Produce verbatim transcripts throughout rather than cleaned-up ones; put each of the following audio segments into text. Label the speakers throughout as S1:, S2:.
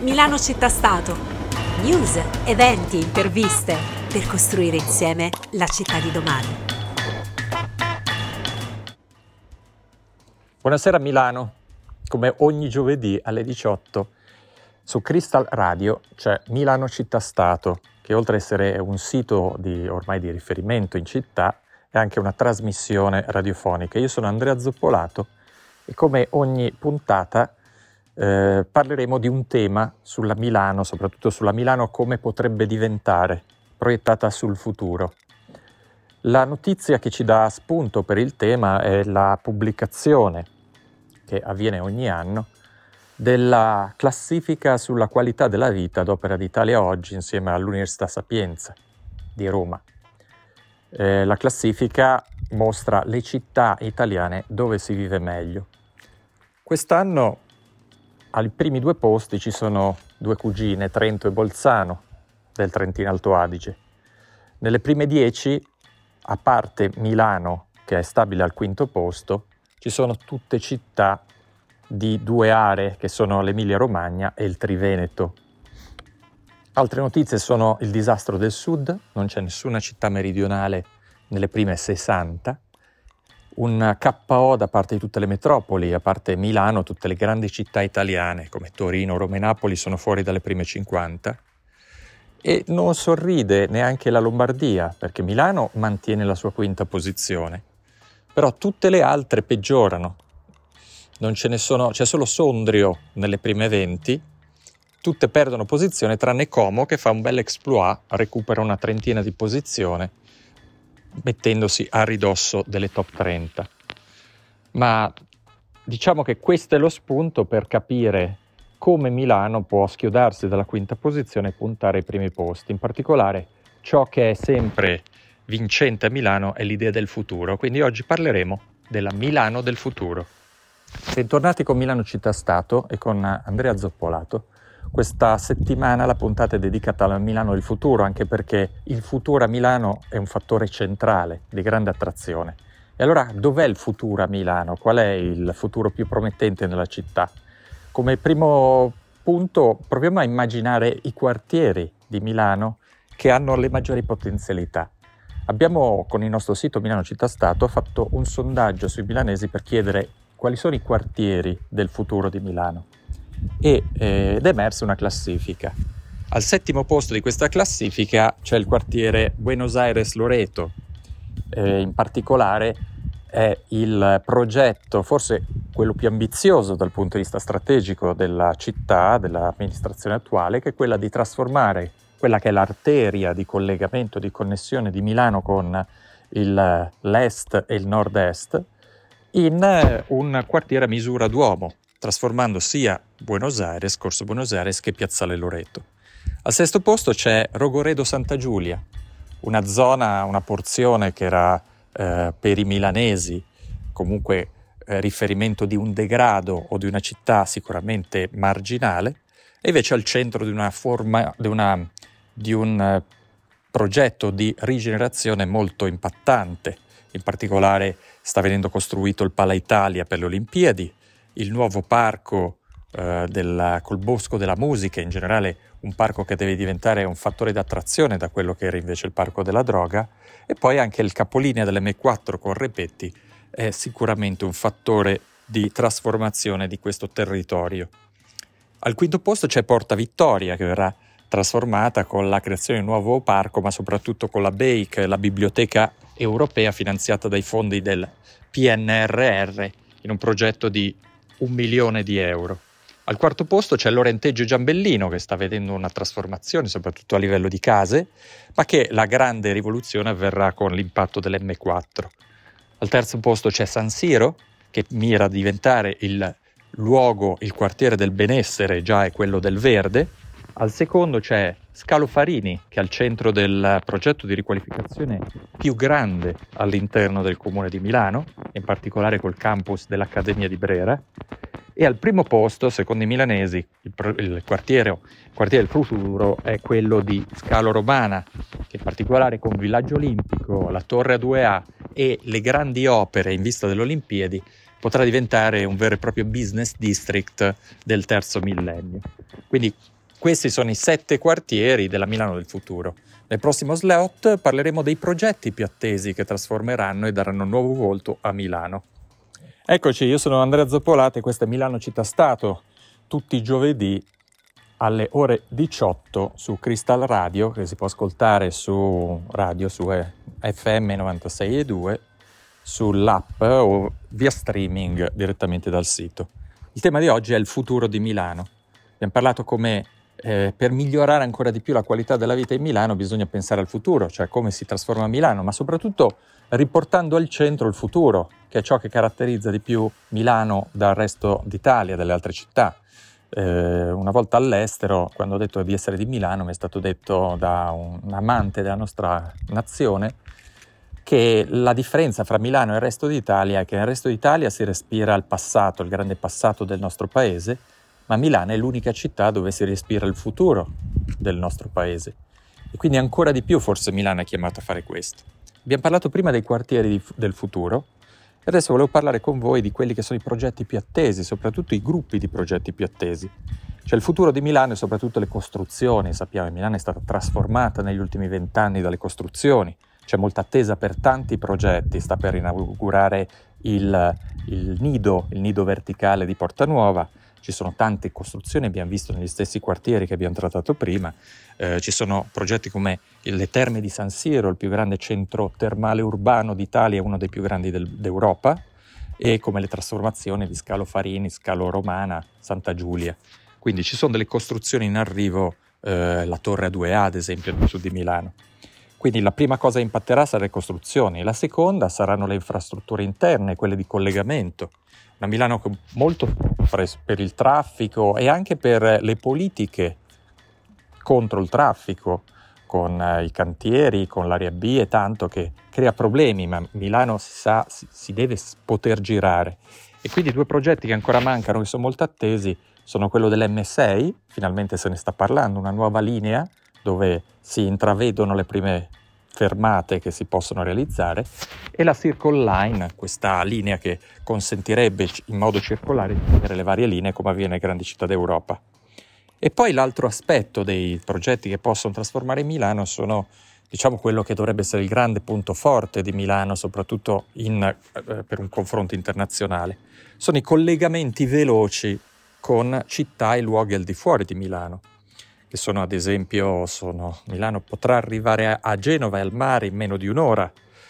S1: Milano Città Stato. News, eventi, interviste per costruire insieme la città di domani.
S2: Buonasera Milano. Come ogni giovedì alle diciotto su Crystal Radio c'è Milano Città Stato, che oltre ad essere un sito di, ormai di riferimento in città, è anche una trasmissione radiofonica. Io sono Andrea Zoppolato e come ogni puntata eh, parleremo di un tema sulla Milano, soprattutto sulla Milano come potrebbe diventare, proiettata sul futuro. La notizia che ci dà spunto per il tema è la pubblicazione, che avviene ogni anno, della classifica sulla qualità della vita ad opera d'Italia Oggi insieme all'Università Sapienza di Roma. Eh, la classifica mostra le città italiane dove si vive meglio. Quest'anno ai primi due posti ci sono due cugine, Trento e Bolzano, del Trentino Alto Adige. Nelle prime dieci, a parte Milano, che è stabile al quinto posto, ci sono tutte città di due aree, che sono l'Emilia Romagna e il Triveneto. Altre notizie sono il disastro del sud, non c'è nessuna città meridionale nelle prime sessanta, un K O da parte di tutte le metropoli, a parte Milano, tutte le grandi città italiane come Torino, Roma e Napoli sono fuori dalle prime cinquanta, e non sorride neanche la Lombardia, perché Milano mantiene la sua quinta posizione, però tutte le altre peggiorano. Non ce ne sono, c'è solo Sondrio nelle prime venti, tutte perdono posizione tranne Como che fa un bel exploit, recupera una trentina di posizione mettendosi a ridosso delle top trenta. Ma diciamo che questo è lo spunto per capire come Milano può schiodarsi dalla quinta posizione e puntare ai primi posti. In particolare ciò che è sempre vincente a Milano è l'idea del futuro, quindi oggi parleremo della Milano del futuro. Bentornati con Milano Città Stato e con Andrea Zoppolato. Questa settimana la puntata è dedicata alla Milano del futuro, anche perché il futuro a Milano è un fattore centrale di grande attrazione. E allora dov'è il futuro a Milano? Qual è il futuro più promettente nella città? Come primo punto proviamo a immaginare i quartieri di Milano che hanno le maggiori potenzialità. Abbiamo con il nostro sito Milano Città Stato fatto un sondaggio sui milanesi per chiedere quali sono i quartieri del futuro di Milano e, eh, ed è emersa una classifica. Al settimo posto di questa classifica c'è il quartiere Buenos Aires-Loreto, eh, in particolare è il progetto, forse quello più ambizioso dal punto di vista strategico della città, dell'amministrazione attuale, che è quella di trasformare quella che è l'arteria di collegamento, di connessione di Milano con il, l'est e il nord-est, in un quartiere a misura d'uomo, trasformando sia Buenos Aires, Corso Buenos Aires, che Piazzale Loreto. Al sesto posto c'è Rogoredo Santa Giulia, una zona, una porzione che era eh, per i milanesi comunque eh, riferimento di un degrado o di una città sicuramente marginale, e invece al centro di una forma, di, una, di un eh, progetto di rigenerazione molto impattante. In particolare sta venendo costruito il Pala Italia per le Olimpiadi, il nuovo parco eh, del, col Bosco della Musica, in generale un parco che deve diventare un fattore d'attrazione da quello che era invece il Parco della Droga, e poi anche il capolinea dell'emme quattro con Repetti è sicuramente un fattore di trasformazione di questo territorio. Al quinto posto c'è Porta Vittoria, che verrà trasformata con la creazione di un nuovo parco, ma soprattutto con la B E I C, la biblioteca europea finanziata dai fondi del P N R R in un progetto di un milione di euro. Al quarto posto c'è l'Orenteggio Giambellino, che sta vedendo una trasformazione soprattutto a livello di case, ma che la grande rivoluzione avverrà con l'impatto dell'emme quattro. Al terzo posto c'è San Siro, che mira a diventare il luogo, il quartiere del benessere, già è quello del verde. Al secondo c'è Scalo Farini, che è al centro del progetto di riqualificazione più grande all'interno del comune di Milano, in particolare col campus dell'Accademia di Brera. E al primo posto, secondo i milanesi, il, pro- il, quartiere, il quartiere del futuro è quello di Scalo Romana, che in particolare con Villaggio Olimpico, la Torre A due A e le grandi opere in vista delle Olimpiadi potrà diventare un vero e proprio business district del terzo millennio. Quindi questi sono i sette quartieri della Milano del futuro. Nel prossimo slot parleremo dei progetti più attesi che trasformeranno e daranno nuovo volto a Milano. Eccoci, io sono Andrea Zoppolato e questa è Milano Città Stato, tutti i giovedì alle ore diciotto su Crystal Radio, che si può ascoltare su radio, su F M novantasei virgola due, sull'app o via streaming direttamente dal sito. Il tema di oggi è il futuro di Milano. Abbiamo parlato come eh, per migliorare ancora di più la qualità della vita in Milano bisogna pensare al futuro, cioè come si trasforma Milano, ma soprattutto riportando al centro il futuro, che è ciò che caratterizza di più Milano dal resto d'Italia, dalle altre città. Eh, una volta all'estero, quando ho detto di essere di Milano, mi è stato detto da un, un amante della nostra nazione che la differenza fra Milano e il resto d'Italia è che nel resto d'Italia si respira il passato, il grande passato del nostro paese, ma Milano è l'unica città dove si respira il futuro del nostro paese. E quindi ancora di più forse Milano è chiamata a fare questo. Abbiamo parlato prima dei quartieri di, del futuro, e adesso volevo parlare con voi di quelli che sono i progetti più attesi, soprattutto i gruppi di progetti più attesi. Cioè il futuro di Milano e soprattutto le costruzioni. Sappiamo che Milano è stata trasformata negli ultimi vent'anni dalle costruzioni. C'è molta attesa per tanti progetti, sta per inaugurare il, il nido, il nido verticale di Porta Nuova. Ci sono tante costruzioni, abbiamo visto negli stessi quartieri che abbiamo trattato prima. Eh, ci sono progetti come le Terme di San Siro, il più grande centro termale urbano d'Italia, uno dei più grandi del, d'Europa, e come le trasformazioni di Scalo Farini, Scalo Romana, Santa Giulia. Quindi ci sono delle costruzioni in arrivo, eh, la Torre A due A ad esempio nel sud di Milano. Quindi la prima cosa che impatterà saranno le costruzioni, la seconda saranno le infrastrutture interne, quelle di collegamento. Una Milano molto per il traffico e anche per le politiche contro il traffico, con i cantieri, con l'area B e tanto, che crea problemi, ma Milano si sa, si, si deve poter girare. E quindi due progetti che ancora mancano, che sono molto attesi, sono quello dell'M sei, finalmente se ne sta parlando, una nuova linea dove si intravedono le prime fermate che si possono realizzare, e la Circle Line, questa linea che consentirebbe in modo circolare di unire le varie linee come avviene nelle grandi città d'Europa. E poi l'altro aspetto dei progetti che possono trasformare Milano sono, diciamo, quello che dovrebbe essere il grande punto forte di Milano, soprattutto in, eh, per un confronto internazionale. Sono i collegamenti veloci con città e luoghi al di fuori di Milano, che sono ad esempio, sono, Milano potrà arrivare a, a Genova e al mare in meno di un'ora,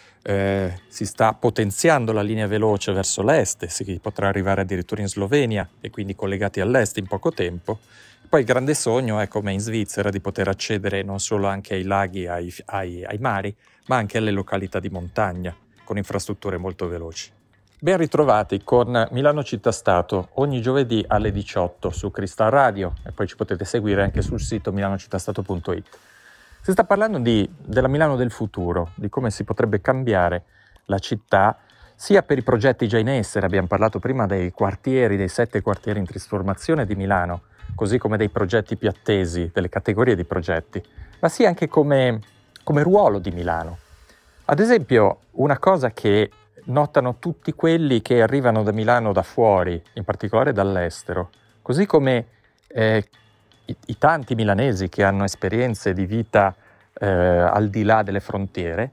S2: eh, si sta potenziando la linea veloce verso l'est, si potrà arrivare addirittura in Slovenia e quindi collegati all'est in poco tempo. Poi il grande sogno è, come in Svizzera, di poter accedere non solo anche ai laghi, ai, ai, ai mari, ma anche alle località di montagna, con infrastrutture molto veloci. Ben ritrovati con Milano Città Stato, ogni giovedì alle diciotto su Crystal Radio, e poi ci potete seguire anche sul sito milanocittastato punto it. Si sta parlando di, della Milano del futuro, di come si potrebbe cambiare la città, sia per i progetti già in essere, abbiamo parlato prima dei quartieri, dei sette quartieri in trasformazione di Milano, così come dei progetti più attesi, delle categorie di progetti, ma sia anche come, come ruolo di Milano. Ad esempio, una cosa che notano tutti quelli che arrivano da Milano da fuori, in particolare dall'estero, così come eh, i, i tanti milanesi che hanno esperienze di vita eh, al di là delle frontiere,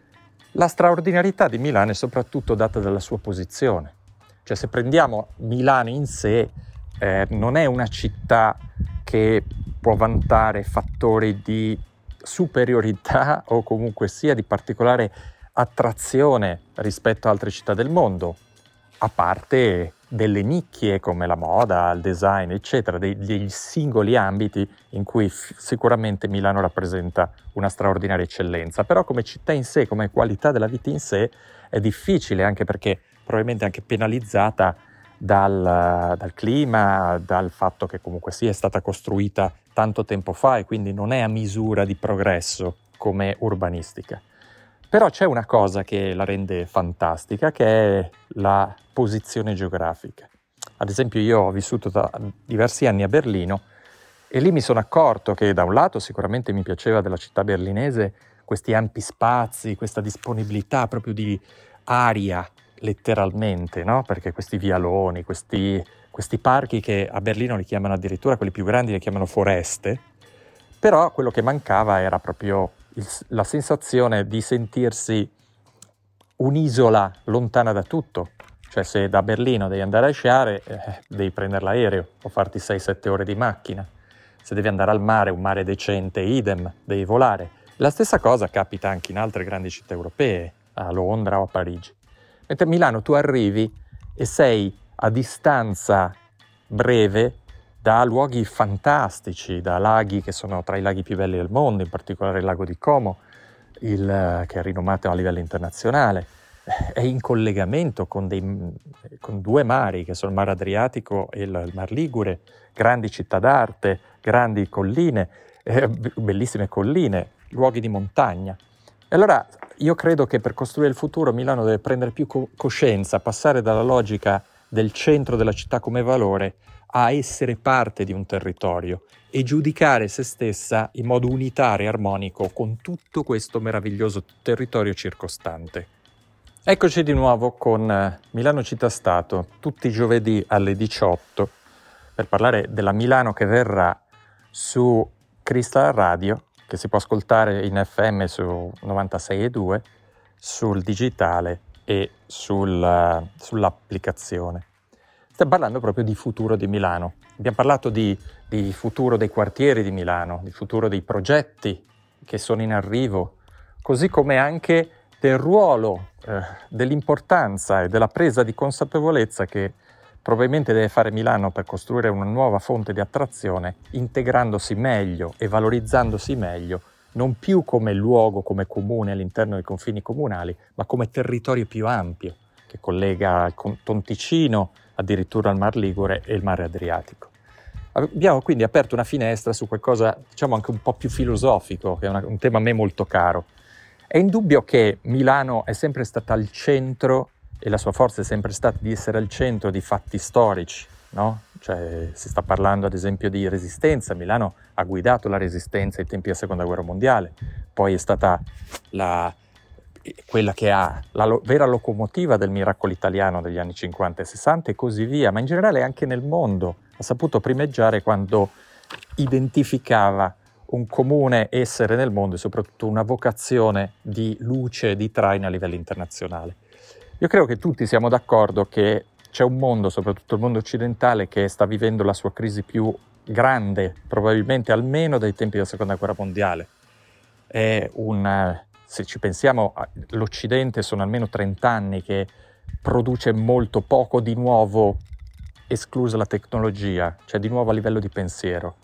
S2: la straordinarietà di Milano è soprattutto data dalla sua posizione. Cioè, se prendiamo Milano in sé, eh, non è una città che può vantare fattori di superiorità o comunque sia di particolare attrazione rispetto a altre città del mondo, a parte delle nicchie come la moda, il design, eccetera, dei, dei singoli ambiti in cui f- sicuramente Milano rappresenta una straordinaria eccellenza. Però come città in sé, come qualità della vita in sé, è difficile, anche perché probabilmente anche penalizzata dal, dal clima, dal fatto che comunque sia è stata costruita tanto tempo fa e quindi non è a misura di progresso come urbanistica. Però c'è una cosa che la rende fantastica, che è la posizione geografica. Ad esempio, io ho vissuto da diversi anni a Berlino e lì mi sono accorto che da un lato sicuramente mi piaceva della città berlinese questi ampi spazi, questa disponibilità proprio di aria letteralmente, no? Perché questi vialoni, questi, questi parchi che a Berlino li chiamano addirittura, quelli più grandi li chiamano foreste, però quello che mancava era proprio il, la sensazione di sentirsi un'isola lontana da tutto. Cioè se da Berlino devi andare a sciare, eh, devi prendere l'aereo o farti sei sette ore di macchina. Se devi andare al mare, un mare decente, idem, devi volare. La stessa cosa capita anche in altre grandi città europee, a Londra o a Parigi. Mentre a Milano tu arrivi e sei a distanza breve da luoghi fantastici, da laghi che sono tra i laghi più belli del mondo, in particolare il lago di Como, il, che è rinomato a livello internazionale. È in collegamento con, dei, con due mari, che sono il Mar Adriatico e il, il Mar Ligure, grandi città d'arte, grandi colline, eh, bellissime colline, luoghi di montagna. E allora io credo che per costruire il futuro Milano deve prendere più co- coscienza, passare dalla logica del centro della città come valore a essere parte di un territorio e giudicare se stessa in modo unitario e armonico con tutto questo meraviglioso territorio circostante. Eccoci di nuovo con Milano Città Stato, tutti i giovedì alle diciotto, per parlare della Milano che verrà su Crystal Radio, che si può ascoltare in F M su novantasei virgola due, sul digitale e sul, sull'applicazione. Stiamo parlando proprio di futuro di Milano. Abbiamo parlato di, di futuro dei quartieri di Milano, di futuro dei progetti che sono in arrivo, così come anche del ruolo, eh, dell'importanza e della presa di consapevolezza che probabilmente deve fare Milano per costruire una nuova fonte di attrazione, integrandosi meglio e valorizzandosi meglio, non più come luogo, come comune all'interno dei confini comunali, ma come territorio più ampio, che collega il Tonticino addirittura al Mar Ligure e il Mare Adriatico. Abbiamo quindi aperto una finestra su qualcosa, diciamo, anche un po' più filosofico, che è una, un tema a me molto caro. È indubbio che Milano è sempre stata al centro, e la sua forza è sempre stata di essere al centro di fatti storici, no? Cioè si sta parlando ad esempio di Resistenza. Milano ha guidato la Resistenza ai tempi della Seconda Guerra Mondiale, poi è stata la, quella che ha la lo, vera locomotiva del miracolo italiano degli anni cinquanta e sessanta e così via, ma in generale anche nel mondo ha saputo primeggiare quando identificava un comune essere nel mondo e soprattutto una vocazione di luce e di traino a livello internazionale. Io credo che tutti siamo d'accordo che c'è un mondo, soprattutto il mondo occidentale, che sta vivendo la sua crisi più grande, probabilmente almeno dai tempi della Seconda Guerra Mondiale. È un, se ci pensiamo, l'Occidente sono almeno trenta anni che produce molto poco di nuovo, esclusa la tecnologia, cioè di nuovo a livello di pensiero.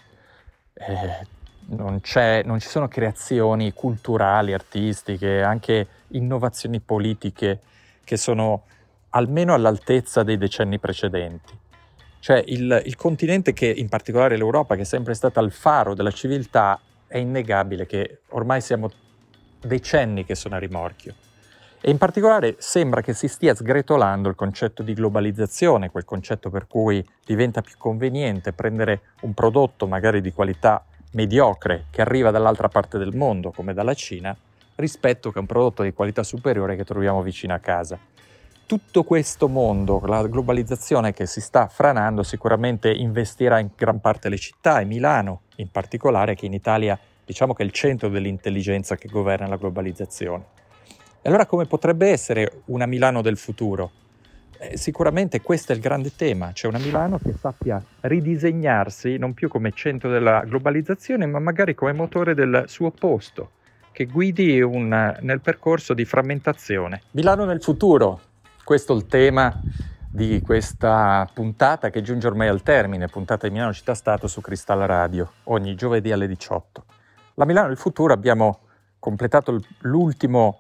S2: Eh, non, c'è, non ci sono creazioni culturali, artistiche, anche innovazioni politiche che sono almeno all'altezza dei decenni precedenti. Cioè il, il continente, che in particolare l'Europa, che è sempre stata il faro della civiltà, è innegabile che ormai siamo decenni che sono a rimorchio. E in particolare sembra che si stia sgretolando il concetto di globalizzazione, quel concetto per cui diventa più conveniente prendere un prodotto magari di qualità mediocre che arriva dall'altra parte del mondo, come dalla Cina, rispetto che un prodotto di qualità superiore che troviamo vicino a casa. Tutto questo mondo, la globalizzazione che si sta franando, sicuramente investirà in gran parte le città, e Milano in particolare, che in Italia diciamo che è il centro dell'intelligenza che governa la globalizzazione. E allora come potrebbe essere una Milano del futuro? Eh, sicuramente questo è il grande tema, cioè una Milano che sappia ridisegnarsi non più come centro della globalizzazione, ma magari come motore del suo opposto, che guidi un, nel percorso di frammentazione. Milano nel futuro, questo è il tema di questa puntata che giunge ormai al termine, puntata di Milano Città Stato su Crystal Radio, ogni giovedì alle diciotto. La Milano del futuro abbiamo completato l'ultimo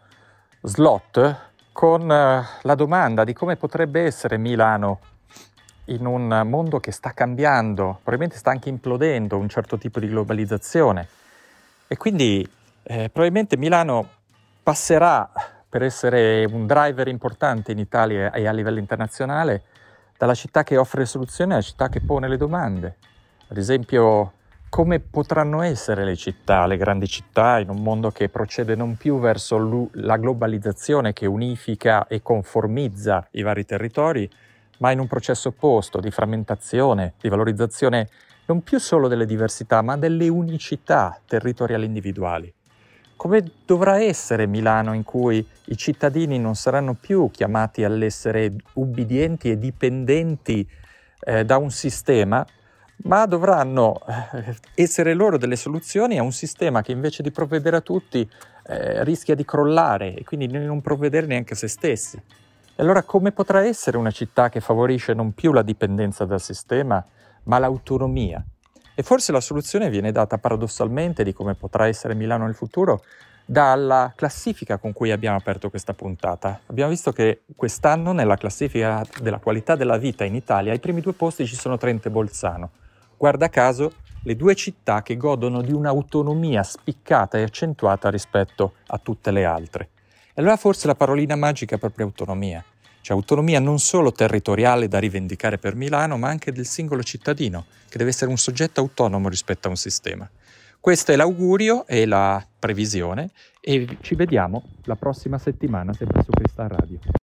S2: slot con la domanda di come potrebbe essere Milano in un mondo che sta cambiando, probabilmente sta anche implodendo un certo tipo di globalizzazione, e quindi eh, probabilmente Milano passerà per essere un driver importante in Italia e a livello internazionale dalla città che offre soluzioni alla città che pone le domande. Ad esempio come potranno essere le città, le grandi città, in un mondo che procede non più verso la globalizzazione che unifica e conformizza i vari territori, ma in un processo opposto di frammentazione, di valorizzazione non più solo delle diversità, ma delle unicità territoriali individuali. Come dovrà essere Milano, in cui i cittadini non saranno più chiamati all'essere ubbidienti e dipendenti eh, da un sistema, ma dovranno eh, essere loro delle soluzioni a un sistema che invece di provvedere a tutti eh, rischia di crollare e quindi di non provvedere neanche a se stessi. E allora come potrà essere una città che favorisce non più la dipendenza dal sistema, ma l'autonomia? E forse la soluzione viene data paradossalmente di come potrà essere Milano nel futuro dalla classifica con cui abbiamo aperto questa puntata. Abbiamo visto che quest'anno nella classifica della qualità della vita in Italia ai primi due posti ci sono Trento e Bolzano. Guarda caso, le due città che godono di un'autonomia spiccata e accentuata rispetto a tutte le altre. E allora forse la parolina magica è proprio autonomia. Cioè autonomia non solo territoriale da rivendicare per Milano, ma anche del singolo cittadino, che deve essere un soggetto autonomo rispetto a un sistema. Questo è l'augurio e la previsione e ci vediamo la prossima settimana sempre su Crystal Radio.